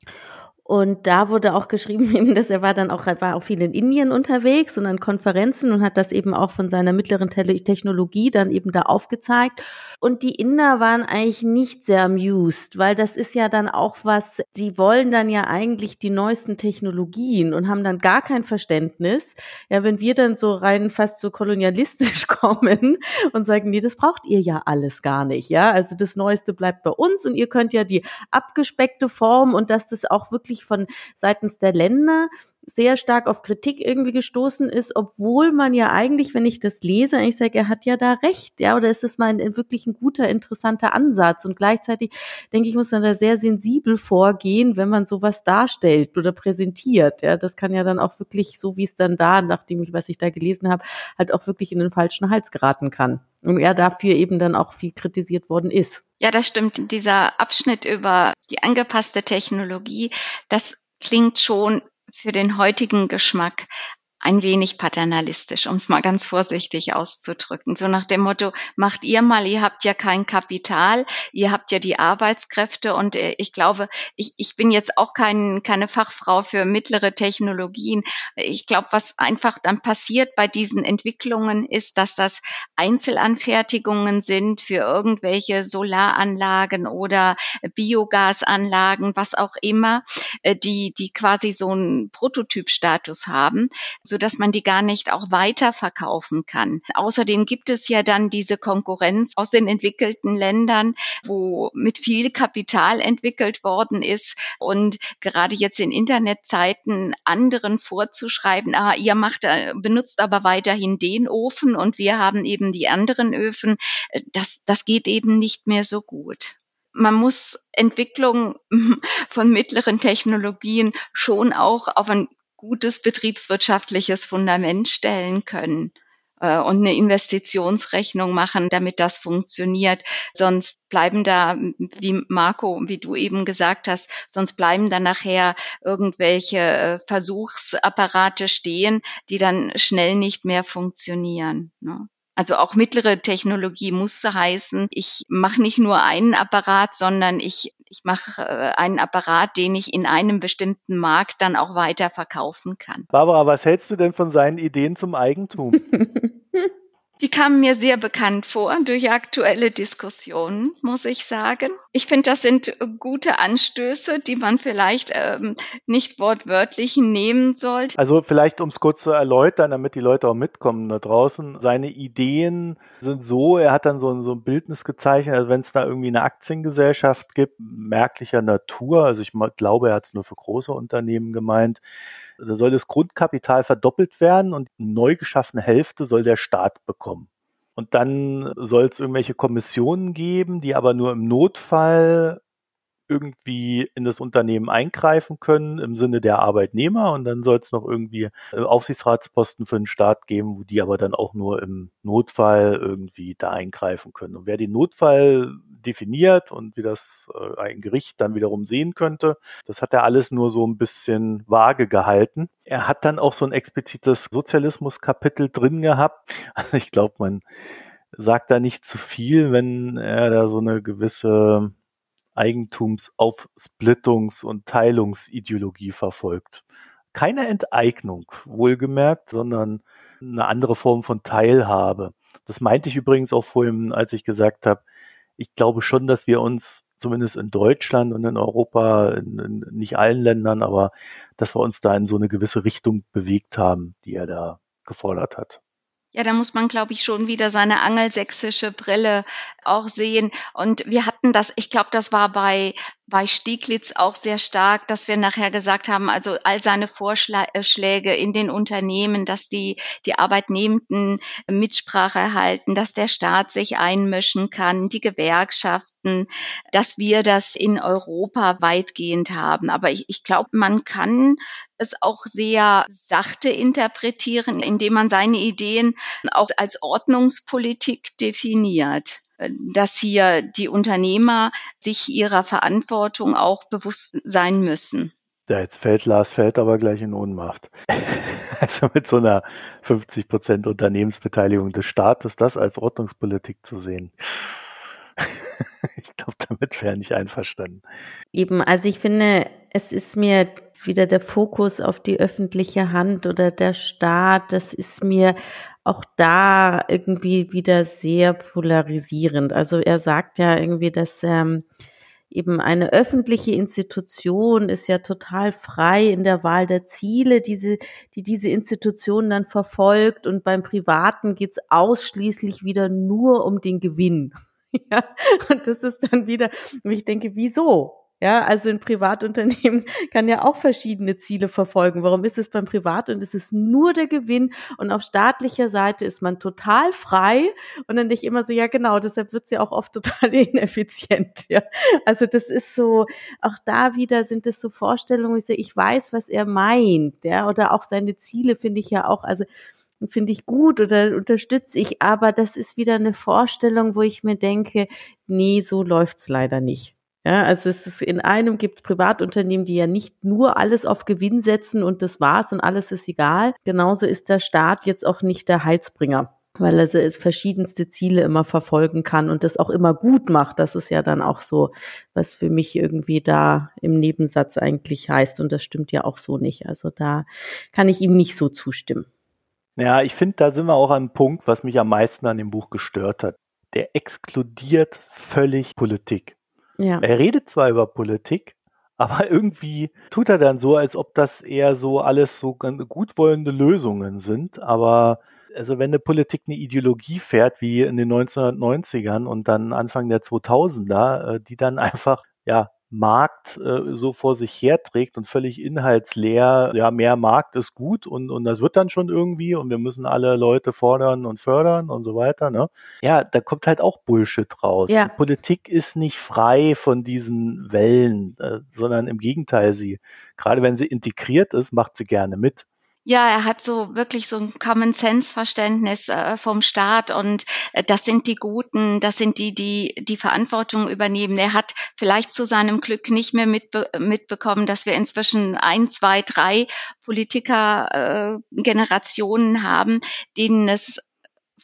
Und da wurde auch geschrieben, eben, dass er war dann auch, er war auch viel in Indien unterwegs und an Konferenzen und hat das eben auch von seiner mittleren Technologie dann eben da aufgezeigt. Und die Inder waren eigentlich nicht sehr amused, weil das ist ja dann auch was, sie wollen dann ja eigentlich die neuesten Technologien und haben dann gar kein Verständnis. Ja, wenn wir dann so rein fast so kolonialistisch kommen und sagen, nee, das braucht ihr ja alles gar nicht, ja. Also das Neueste bleibt bei uns und ihr könnt ja die abgespeckte Form und dass das auch wirklich von seitens der Länder sehr stark auf Kritik irgendwie gestoßen ist, obwohl man ja eigentlich, wenn ich das lese, ich sage, er hat ja da recht, ja, oder ist das mal ein, wirklich ein guter, interessanter Ansatz und gleichzeitig denke ich, muss man da sehr sensibel vorgehen, wenn man sowas darstellt oder präsentiert, ja, das kann ja dann auch wirklich, so wie es dann da, nachdem ich, was ich da gelesen habe, halt auch wirklich in den falschen Hals geraten kann und er dafür eben dann auch viel kritisiert worden ist. Ja, das stimmt. Dieser Abschnitt über die angepasste Technologie, das klingt schon für den heutigen Geschmack ein wenig paternalistisch, um es mal ganz vorsichtig auszudrücken. So nach dem Motto, macht ihr mal, ihr habt ja kein Kapital, ihr habt ja die Arbeitskräfte und ich glaube, ich, ich bin jetzt auch kein, keine Fachfrau für mittlere Technologien. Ich glaube, was einfach dann passiert bei diesen Entwicklungen ist, dass das Einzelanfertigungen sind für irgendwelche Solaranlagen oder Biogasanlagen, was auch immer, die, die quasi so einen Prototypstatus haben, so dass man die gar nicht auch weiterverkaufen kann. Außerdem gibt es ja dann diese Konkurrenz aus den entwickelten Ländern, wo mit viel Kapital entwickelt worden ist und gerade jetzt in Internetzeiten anderen vorzuschreiben, ah, ihr macht, benutzt aber weiterhin den Ofen und wir haben eben die anderen Öfen, das, das geht eben nicht mehr so gut. Man muss Entwicklung von mittleren Technologien schon auch auf ein gutes betriebswirtschaftliches Fundament stellen können äh, und eine Investitionsrechnung machen, damit das funktioniert. Sonst bleiben da, wie Marco, wie du eben gesagt hast, sonst bleiben da nachher irgendwelche äh, Versuchsapparate stehen, die dann schnell nicht mehr funktionieren, ne? Also auch mittlere Technologie muss heißen, ich mache nicht nur einen Apparat, sondern ich, ich mache einen Apparat, den ich in einem bestimmten Markt dann auch weiter verkaufen kann. Barbara, was hältst du denn von seinen Ideen zum Eigentum? Die kamen mir sehr bekannt vor durch aktuelle Diskussionen, muss ich sagen. Ich finde, das sind gute Anstöße, die man vielleicht ähm, nicht wortwörtlich nehmen sollte. Also vielleicht, um es kurz zu erläutern, damit die Leute auch mitkommen da draußen. Seine Ideen sind so, er hat dann so, ein- so ein Bildnis gezeichnet, also wenn es da irgendwie eine Aktiengesellschaft gibt, merklicher Natur, also ich mal- glaube, er hat es nur für große Unternehmen gemeint, da soll das Grundkapital verdoppelt werden und die neu geschaffene Hälfte soll der Staat bekommen. Und dann soll es irgendwelche Kommissionen geben, die aber nur im Notfall irgendwie in das Unternehmen eingreifen können im Sinne der Arbeitnehmer, und dann soll es noch irgendwie äh, Aufsichtsratsposten für den Staat geben, wo die aber dann auch nur im Notfall irgendwie da eingreifen können. Und wer den Notfall definiert und wie das äh, ein Gericht dann wiederum sehen könnte, das hat er alles nur so ein bisschen vage gehalten. Er hat dann auch so ein explizites Sozialismus-Kapitel drin gehabt. Also ich glaube, man sagt da nicht zu viel, wenn er da so eine gewisse Eigentumsaufsplittungs- und Teilungsideologie verfolgt. Keine Enteignung, wohlgemerkt, sondern eine andere Form von Teilhabe. Das meinte ich übrigens auch vorhin, als ich gesagt habe, ich glaube schon, dass wir uns zumindest in Deutschland und in Europa, in, in nicht allen Ländern, aber dass wir uns da in so eine gewisse Richtung bewegt haben, die er da gefordert hat. Ja, da muss man, glaube ich, schon wieder seine angelsächsische Brille auch sehen. Und wir hatten das, ich glaube, das war bei bei Stieglitz auch sehr stark, dass wir nachher gesagt haben, also all seine Vorschläge in den Unternehmen, dass die die Arbeitnehmenden Mitsprache erhalten, dass der Staat sich einmischen kann, die Gewerkschaften, dass wir das in Europa weitgehend haben. Aber ich, ich glaube, man kann es auch sehr sachte interpretieren, indem man seine Ideen auch als Ordnungspolitik definiert, dass hier die Unternehmer sich ihrer Verantwortung auch bewusst sein müssen. Ja, jetzt fällt Lars Feld aber gleich in Ohnmacht. Also mit so einer fünfzig Prozent Unternehmensbeteiligung des Staates, das als Ordnungspolitik zu sehen. Ich glaube, damit wäre er nicht einverstanden. Eben, also ich finde, es ist mir wieder der Fokus auf die öffentliche Hand oder der Staat, das ist mir auch da irgendwie wieder sehr polarisierend. Also er sagt ja irgendwie, dass ähm, eben eine öffentliche Institution ist ja total frei in der Wahl der Ziele, diese, die diese Institution dann verfolgt, und beim Privaten geht's ausschließlich wieder nur um den Gewinn. Ja, und das ist dann wieder, und ich denke, wieso? Ja, also ein Privatunternehmen kann ja auch verschiedene Ziele verfolgen. Warum ist es beim Privat und ist es nur der Gewinn, und auf staatlicher Seite ist man total frei, und dann denke ich immer so, ja genau, deshalb wird es ja auch oft total ineffizient. Ja, also das ist so, auch da wieder sind es so Vorstellungen, wo ich sage, ich weiß, was er meint, ja, oder auch seine Ziele finde ich ja auch, also finde ich gut oder unterstütze ich, aber das ist wieder eine Vorstellung, wo ich mir denke, nee, so läuft's leider nicht. Ja, also es ist, in einem gibt es Privatunternehmen, die ja nicht nur alles auf Gewinn setzen und das war's und alles ist egal. Genauso ist der Staat jetzt auch nicht der Heilsbringer, weil er es verschiedenste Ziele immer verfolgen kann und das auch immer gut macht. Das ist ja dann auch so, was für mich irgendwie da im Nebensatz eigentlich heißt, und das stimmt ja auch so nicht. Also da kann ich ihm nicht so zustimmen. Ja, ich finde, da sind wir auch an einem Punkt, was mich am meisten an dem Buch gestört hat. Der exkludiert völlig Politik. Ja. Er redet zwar über Politik, aber irgendwie tut er dann so, als ob das eher so alles so gutwollende Lösungen sind. Aber also wenn eine Politik eine Ideologie fährt, wie in den neunzehnhundertneunzigern und dann Anfang der zweitausender, die dann einfach, ja, Markt äh, so vor sich herträgt und völlig inhaltsleer, ja, mehr Markt ist gut und, und das wird dann schon irgendwie und wir müssen alle Leute fordern und fördern und so weiter, ne? Ja, da kommt halt auch Bullshit raus. Ja. Die Politik ist nicht frei von diesen Wellen, äh, sondern im Gegenteil, sie, gerade wenn sie integriert ist, macht sie gerne mit. Ja, er hat so wirklich so ein Common-Sense-Verständnis äh, vom Staat, und äh, das sind die Guten, das sind die, die die Verantwortung übernehmen. Er hat vielleicht zu seinem Glück nicht mehr mitbe- mitbekommen, dass wir inzwischen ein, zwei, drei Politiker-Generationen äh, haben, denen es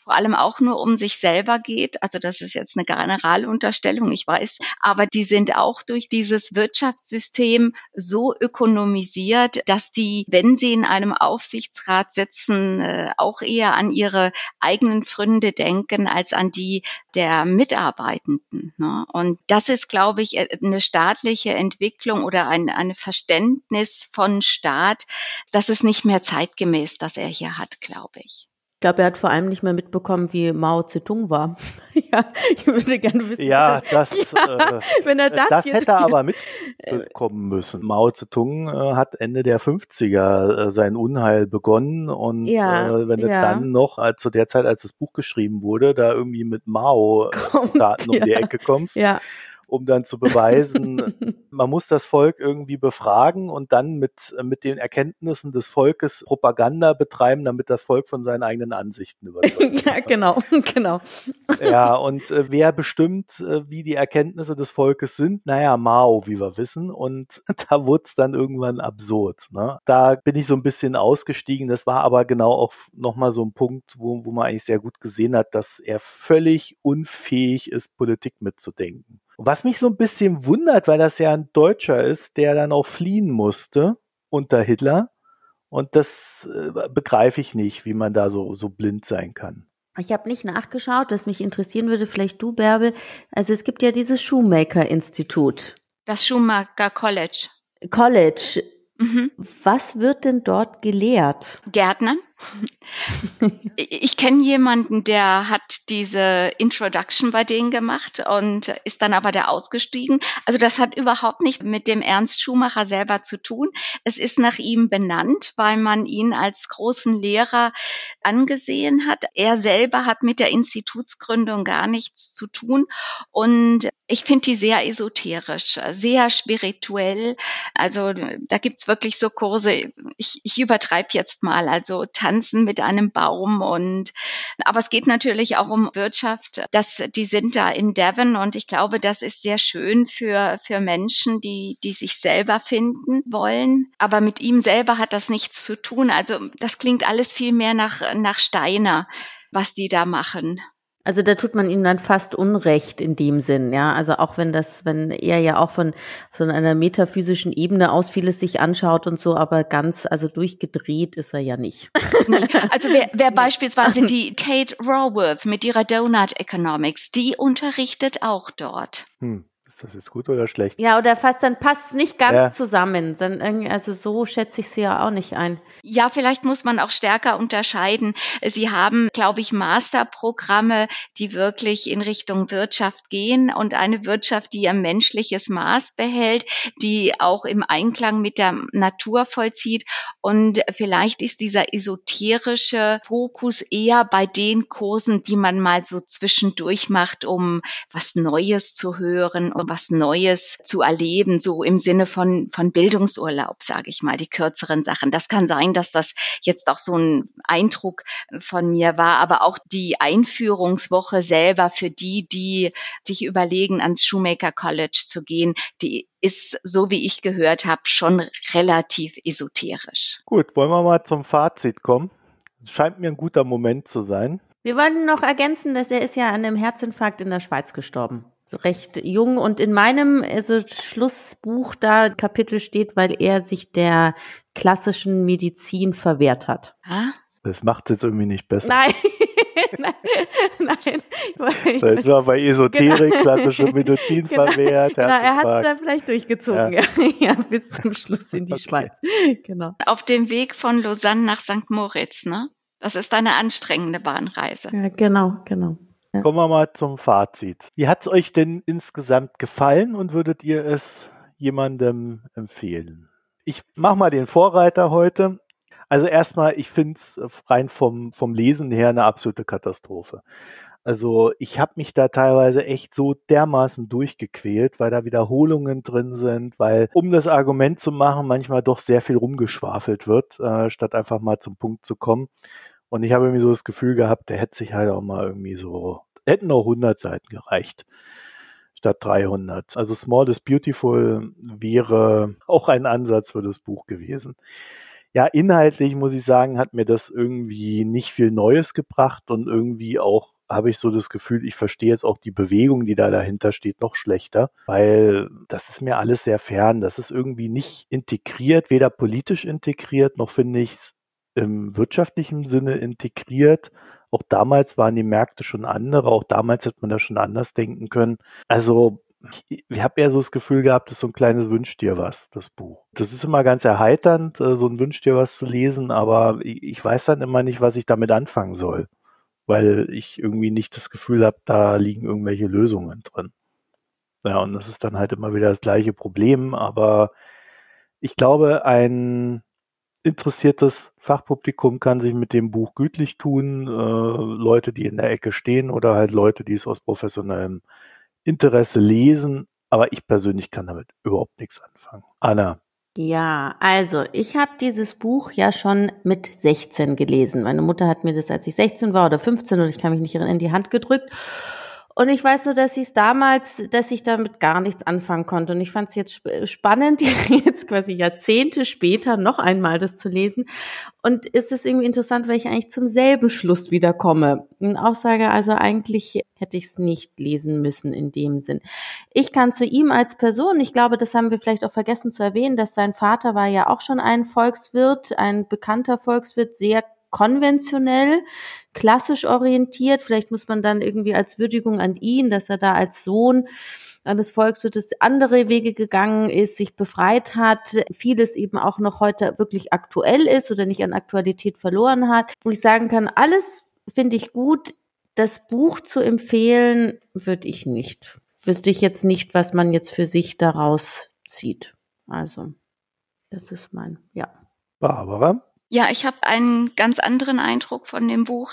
vor allem auch nur um sich selber geht. Also das ist jetzt eine Generalunterstellung, ich weiß, aber die sind auch durch dieses Wirtschaftssystem so ökonomisiert, dass die, wenn sie in einem Aufsichtsrat sitzen, äh, auch eher an ihre eigenen Pfründe denken als an die der Mitarbeitenden. Ne? Und das ist, glaube ich, eine staatliche Entwicklung oder ein, ein Verständnis von Staat, das ist nicht mehr zeitgemäß, das er hier hat, glaube ich. Ich glaube, er hat vor allem nicht mehr mitbekommen, wie Mao Zedong war. Ja, ich würde gerne wissen. Ja, das, ja, äh, wenn er das, das jetzt, hätte er aber mitbekommen müssen. Mao Zedong äh, hat Ende der fünfziger äh, sein Unheil begonnen und ja, äh, wenn du ja. dann noch äh, zu der Zeit, als das Buch geschrieben wurde, da irgendwie mit Mao äh, Zitaten um ja. die Ecke kommst, ja. um dann zu beweisen, man muss das Volk irgendwie befragen und dann mit, mit den Erkenntnissen des Volkes Propaganda betreiben, damit das Volk von seinen eigenen Ansichten überzeugt. Ja, genau, genau. Ja, und äh, wer bestimmt, äh, wie die Erkenntnisse des Volkes sind? Naja, Mao, wie wir wissen. Und da wurde es dann irgendwann absurd. Ne? Da bin ich so ein bisschen ausgestiegen. Das war aber genau auch nochmal so ein Punkt, wo, wo man eigentlich sehr gut gesehen hat, dass er völlig unfähig ist, Politik mitzudenken. Was mich so ein bisschen wundert, weil das ja ein Deutscher ist, der dann auch fliehen musste unter Hitler. Und das äh, begreife ich nicht, wie man da so, so blind sein kann. Ich habe nicht nachgeschaut, was mich interessieren würde, vielleicht du, Bärbel. Also es gibt ja dieses Shoemaker-Institut. Das Schumacher College. College. Mhm. Was wird denn dort gelehrt? Gärtnern. Ich kenne jemanden, der hat diese Introduction bei denen gemacht und ist dann aber da ausgestiegen. Also das hat überhaupt nicht mit dem Ernst Schumacher selber zu tun. Es ist nach ihm benannt, weil man ihn als großen Lehrer angesehen hat. Er selber hat mit der Institutsgründung gar nichts zu tun und ich finde die sehr esoterisch, sehr spirituell. Also da gibt's wirklich so Kurse, ich, ich übertreibe jetzt mal, also Tanzen mit einem Baum und aber es geht natürlich auch um Wirtschaft. Das, die sind da in Devon und ich glaube, das ist sehr schön für für Menschen, die die sich selber finden wollen. Aber mit ihm selber hat das nichts zu tun. Also das klingt alles viel mehr nach nach Steiner, was die da machen. Also da tut man ihm dann fast Unrecht in dem Sinn, ja. Also auch wenn das, wenn er ja auch von, von einer metaphysischen Ebene aus vieles sich anschaut und so, aber ganz, also durchgedreht ist er ja nicht. Nee. Also wer, wer beispielsweise die Kate Raworth mit ihrer Donut Economics, die unterrichtet auch dort. Hm. Ist das jetzt gut oder schlecht? Ja, oder fast, dann passt es nicht ganz ja. zusammen. Dann irgendwie, also so schätze ich sie ja auch nicht ein. Ja, vielleicht muss man auch stärker unterscheiden. Sie haben, glaube ich, Masterprogramme, die wirklich in Richtung Wirtschaft gehen und eine Wirtschaft, die ihr menschliches Maß behält, die auch im Einklang mit der Natur vollzieht. Und vielleicht ist dieser esoterische Fokus eher bei den Kursen, die man mal so zwischendurch macht, um was Neues zu hören, um was Neues zu erleben, so im Sinne von, von Bildungsurlaub, sage ich mal, die kürzeren Sachen. Das kann sein, dass das jetzt auch so ein Eindruck von mir war, aber auch die Einführungswoche selber für die, die sich überlegen, ans Shoemaker College zu gehen, die ist, so wie ich gehört habe, schon relativ esoterisch. Gut, wollen wir mal zum Fazit kommen? Scheint mir ein guter Moment zu sein. Wir wollen noch ergänzen, dass er ist ja an einem Herzinfarkt in der Schweiz gestorben. So recht jung und in meinem also Schlussbuch da Kapitel steht, weil er sich der klassischen Medizin verwehrt hat. Ah? Das macht es jetzt irgendwie nicht besser. Nein, nein, nein. Das war bei Esoterik, genau. Klassische Medizin genau. verwehrt. Genau, er hat es dann vielleicht durchgezogen, ja. Ja, ja, bis zum Schluss in die okay. Schweiz. Genau. Auf dem Weg von Lausanne nach Sankt Moritz, ne? Das ist eine anstrengende Bahnreise. Ja, genau, genau. Ja. Kommen wir mal zum Fazit. Wie hat es euch denn insgesamt gefallen und würdet ihr es jemandem empfehlen? Ich mache mal den Vorreiter heute. Also erstmal, ich finde es rein vom, vom Lesen her eine absolute Katastrophe. Also ich habe mich da teilweise echt so dermaßen durchgequält, weil da Wiederholungen drin sind, weil um das Argument zu machen, manchmal doch sehr viel rumgeschwafelt wird, äh, statt einfach mal zum Punkt zu kommen. Und ich habe irgendwie so das Gefühl gehabt, der hätte sich halt auch mal irgendwie so, hätten auch hundert Seiten gereicht, statt dreihundert. Also Small is Beautiful wäre auch ein Ansatz für das Buch gewesen. ja, inhaltlich muss ich sagen, hat mir das irgendwie nicht viel Neues gebracht und irgendwie auch habe ich so das Gefühl, ich verstehe jetzt auch die Bewegung, die da dahinter steht, noch schlechter, weil das ist mir alles sehr fern. Das ist irgendwie nicht integriert, weder politisch integriert, noch finde ich es im wirtschaftlichen Sinne integriert. Auch damals waren die Märkte schon andere, auch damals hätte man da schon anders denken können. Also ich, ich habe eher so das Gefühl gehabt, das ist so ein kleines Wünsch dir was, das Buch. Das ist immer ganz erheiternd, so ein Wünsch dir was zu lesen, aber ich, ich weiß dann immer nicht, was ich damit anfangen soll, weil ich irgendwie nicht das Gefühl habe, da liegen irgendwelche Lösungen drin. Ja, und das ist dann halt immer wieder das gleiche Problem, aber ich glaube, ein interessiertes Fachpublikum kann sich mit dem Buch gütlich tun, äh, Leute, die in der Ecke stehen oder halt Leute, die es aus professionellem Interesse lesen, aber ich persönlich kann damit überhaupt nichts anfangen. Anna. Ja, also ich habe dieses Buch ja schon mit sechzehn gelesen. Meine Mutter hat mir das, als ich sechzehn war oder fünfzehn, oder ich kann mich nicht erinnern, in die Hand gedrückt. Und ich weiß nur, dass ich es damals, dass ich damit gar nichts anfangen konnte. Und ich fand es jetzt spannend, jetzt quasi Jahrzehnte später noch einmal das zu lesen. Und es ist irgendwie interessant, weil ich eigentlich zum selben Schluss wieder komme. Und auch sage, also eigentlich hätte ich es nicht lesen müssen in dem Sinn. Ich kann zu ihm als Person, ich glaube, das haben wir vielleicht auch vergessen zu erwähnen, dass sein Vater war ja auch schon ein Volkswirt, ein bekannter Volkswirt, sehr konventionell, klassisch orientiert. Vielleicht muss man dann irgendwie als Würdigung an ihn, dass er da als Sohn eines Volkswirtes andere Wege gegangen ist, sich befreit hat, vieles eben auch noch heute wirklich aktuell ist oder nicht an Aktualität verloren hat. Wo ich sagen kann, alles finde ich gut. Das Buch zu empfehlen, würde ich nicht. Wüsste ich jetzt nicht, was man jetzt für sich daraus zieht. Also, das ist mein, ja. Barbara? Ja, ich habe einen ganz anderen Eindruck von dem Buch.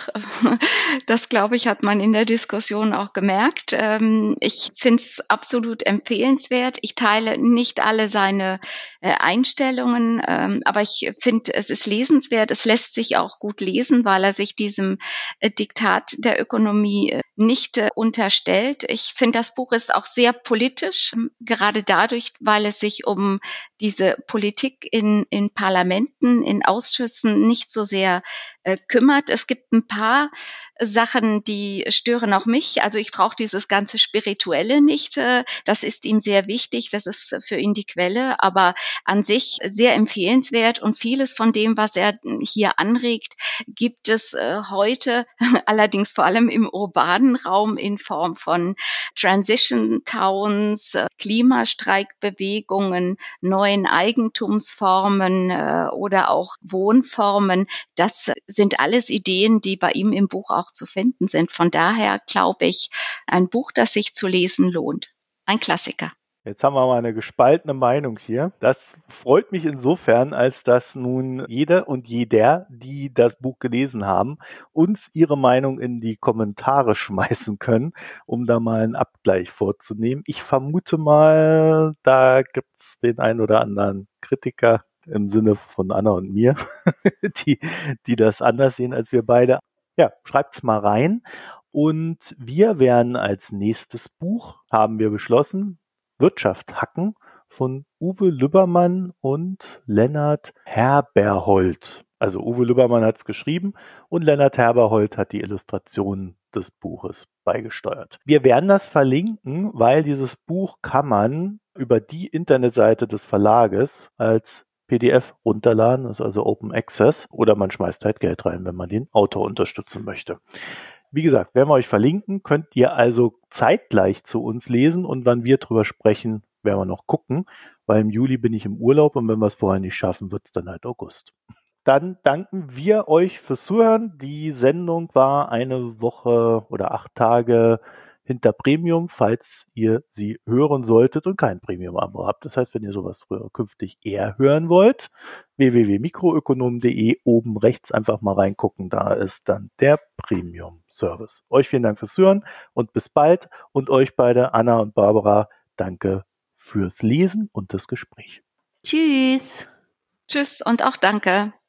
Das, glaube ich, hat man in der Diskussion auch gemerkt. Ich finde es absolut empfehlenswert. Ich teile nicht alle seine Einstellungen, aber ich finde, es ist lesenswert. Es lässt sich auch gut lesen, weil er sich diesem Diktat der Ökonomie nicht unterstellt. Ich finde, das Buch ist auch sehr politisch, gerade dadurch, weil es sich um diese Politik in, in Parlamenten, in Ausschüssen nicht so sehr äh, kümmert. Es gibt ein paar Sachen, die stören auch mich. Also ich brauche dieses ganze Spirituelle nicht. Äh, das ist ihm sehr wichtig. Das ist für ihn die Quelle. Aber an sich sehr empfehlenswert. Und vieles von dem, was er hier anregt, gibt es äh, heute, allerdings vor allem im urbanen Raum in Form von Transition Towns, äh, Klimastreikbewegungen, neuen Eigentumsformen äh, oder auch Wohnformen. Das sind alles Ideen, die bei ihm im Buch auch zu finden sind. Von daher glaube ich, ein Buch, das sich zu lesen lohnt. Ein Klassiker. Jetzt haben wir mal eine gespaltene Meinung hier. Das freut mich insofern, als dass nun jede und jeder, die das Buch gelesen haben, uns ihre Meinung in die Kommentare schmeißen können, um da mal einen Abgleich vorzunehmen. Ich vermute mal, da gibt's den einen oder anderen Kritiker im Sinne von Anna und mir, die, die das anders sehen als wir beide. Ja, schreibt's mal rein. Und wir werden als nächstes Buch, haben wir beschlossen, Wirtschaft hacken von Uwe Lübbermann und Lennart Herberhold. Also Uwe Lübbermann hat es geschrieben und Lennart Herberhold hat die Illustrationen des Buches beigesteuert. Wir werden das verlinken, weil dieses Buch kann man über die Internetseite des Verlages als P D F runterladen, das ist also Open Access, oder man schmeißt halt Geld rein, wenn man den Autor unterstützen möchte. Wie gesagt, werden wir euch verlinken, könnt ihr also zeitgleich zu uns lesen und wann wir drüber sprechen, werden wir noch gucken, weil im Juli bin ich im Urlaub und wenn wir es vorher nicht schaffen, wird es dann halt August. Dann danken wir euch fürs Zuhören. Die Sendung war eine Woche oder acht Tage hinter Premium, falls ihr sie hören solltet und kein Premium-Abo habt. Das heißt, wenn ihr sowas früher künftig eher hören wollt, w w w punkt mikroökonom punkt de, oben rechts einfach mal reingucken, da ist dann der Premium-Service. Euch vielen Dank fürs Hören und bis bald und euch beide, Anna und Barbara, danke fürs Lesen und das Gespräch. Tschüss. Tschüss und auch danke.